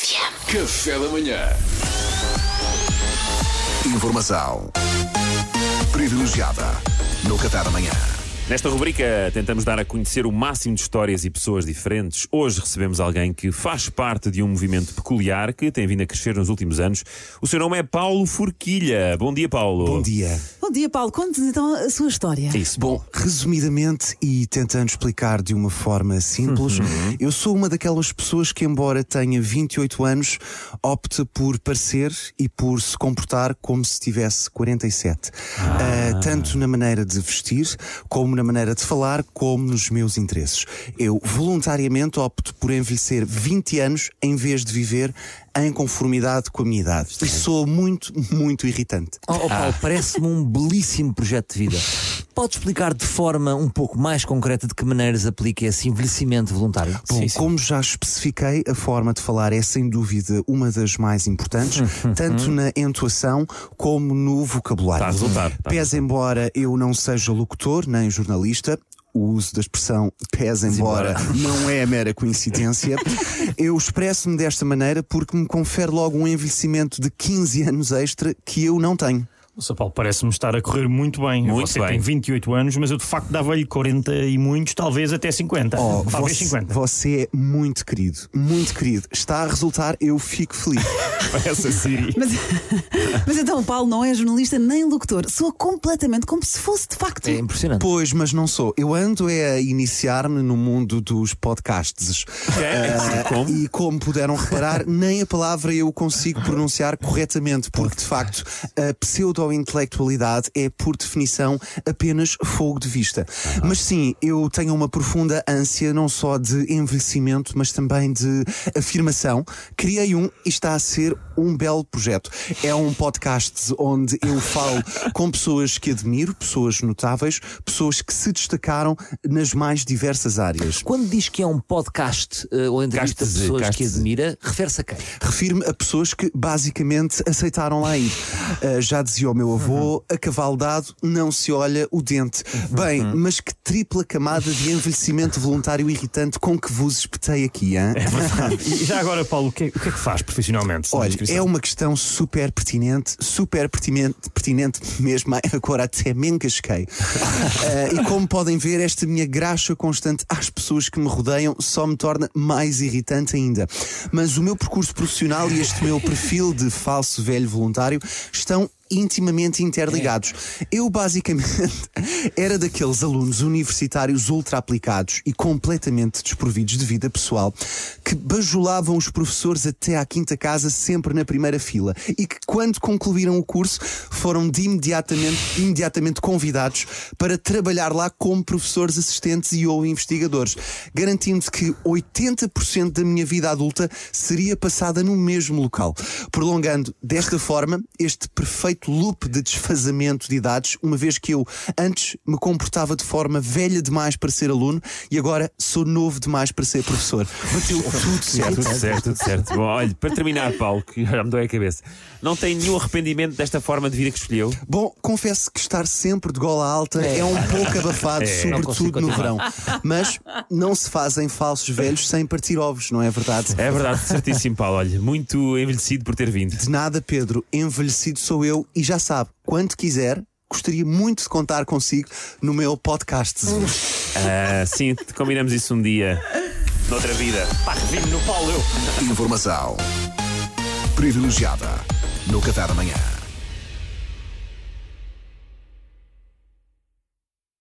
FM. Café da manhã. Informação privilegiada no Café da manhã. Nesta rubrica tentamos dar a conhecer o máximo de histórias e pessoas diferentes. Hoje recebemos alguém que faz parte de um movimento peculiar que tem vindo a crescer nos últimos anos. O seu nome é Paulo Forquilha. Bom dia, Paulo. Bom dia. Bom dia, Paulo. Conte-nos então a sua história. Isso. Bom, resumidamente e tentando explicar de uma forma simples, eu sou uma daquelas pessoas que, embora tenha 28 anos, opta por parecer e por se comportar como se tivesse 47. Tanto na maneira de vestir, como na maneira de falar, como nos meus interesses. Eu voluntariamente opto por envelhecer 20 anos em vez de viver em conformidade com a minha idade. E sou muito, muito irritante. Paulo, parece-me um belíssimo projeto de vida. Pode explicar de forma um pouco mais concreta de que maneiras aplica esse envelhecimento voluntário? Bom, como já especifiquei, a forma de falar é sem dúvida uma das mais importantes, tanto na entoação como no vocabulário. Está a resultar. Pese embora eu não seja locutor nem jornalista, o uso da expressão pese embora não é mera coincidência, eu expresso-me desta maneira porque me confere logo um envelhecimento de 15 anos extra que eu não tenho. O Sr. Paulo parece-me estar a correr muito bem. Muito Você bem. tem 28 anos, mas eu de facto dava-lhe 40 e muitos, talvez até 50. Talvez 50. Você é muito querido, muito querido. Está a resultar, eu fico feliz. Parece a Siri. Mas então o Paulo não é jornalista nem locutor. Soa completamente como se fosse de facto. É impressionante. Pois, mas não sou. Eu ando a iniciar-me no mundo dos podcasts. Como? E como puderam reparar, nem a palavra eu consigo pronunciar corretamente, porque de facto a pseudo-intelectualidade é, por definição, apenas fogo de vista. Mas sim, eu tenho uma profunda ânsia não só de envelhecimento, mas também de afirmação. Criei e está a ser um belo projeto. É um podcast onde eu falo com pessoas que admiro, pessoas notáveis, pessoas que se destacaram nas mais diversas áreas. Quando diz que é um podcast ou entrevista pessoas que admira, refere-se a quem? Refiro-me a pessoas que basicamente aceitaram lá ir. Já dizia o meu avô, a cavalo dado não se olha o dente. Bem, mas que tripla camada de envelhecimento voluntário irritante com que vos espetei aqui, hein? E já agora, Paulo, o que é que faz profissionalmente? Olha, é uma questão super pertinente mesmo, agora até me encasquei. E como podem ver, esta minha graxa constante às pessoas que me rodeiam só me torna mais irritante ainda. Mas o meu percurso profissional e este meu perfil de falso velho voluntário estão intimamente interligados. Eu basicamente era daqueles alunos universitários ultra aplicados e completamente desprovidos de vida pessoal que bajulavam os professores até à quinta casa sempre na primeira fila e que quando concluíram o curso foram imediatamente convidados para trabalhar lá como professores assistentes e ou investigadores, garantindo que 80% da minha vida adulta seria passada no mesmo local, prolongando desta forma este perfeito loop de desfazamento de idades, uma vez que eu antes me comportava de forma velha demais para ser aluno e agora sou novo demais para ser professor. Bateu tudo certo. Tudo certo. Bom, olha, para terminar, Paulo, que já me dói a cabeça, não tem nenhum arrependimento desta forma de vida que escolheu? Bom, confesso que estar sempre de gola alta é um pouco abafado, sobretudo no verão. Mas não se fazem falsos velhos sem partir ovos, não é verdade? É verdade, certíssimo, Paulo. Olha, muito envelhecido por ter vindo. De nada, Pedro. Envelhecido sou eu e já sabe, quando quiser, gostaria muito de contar consigo no meu podcast. Sim, combinamos isso um dia, noutra vida. Pá, revive no Paulo, eu. Informação privilegiada no Café da manhã.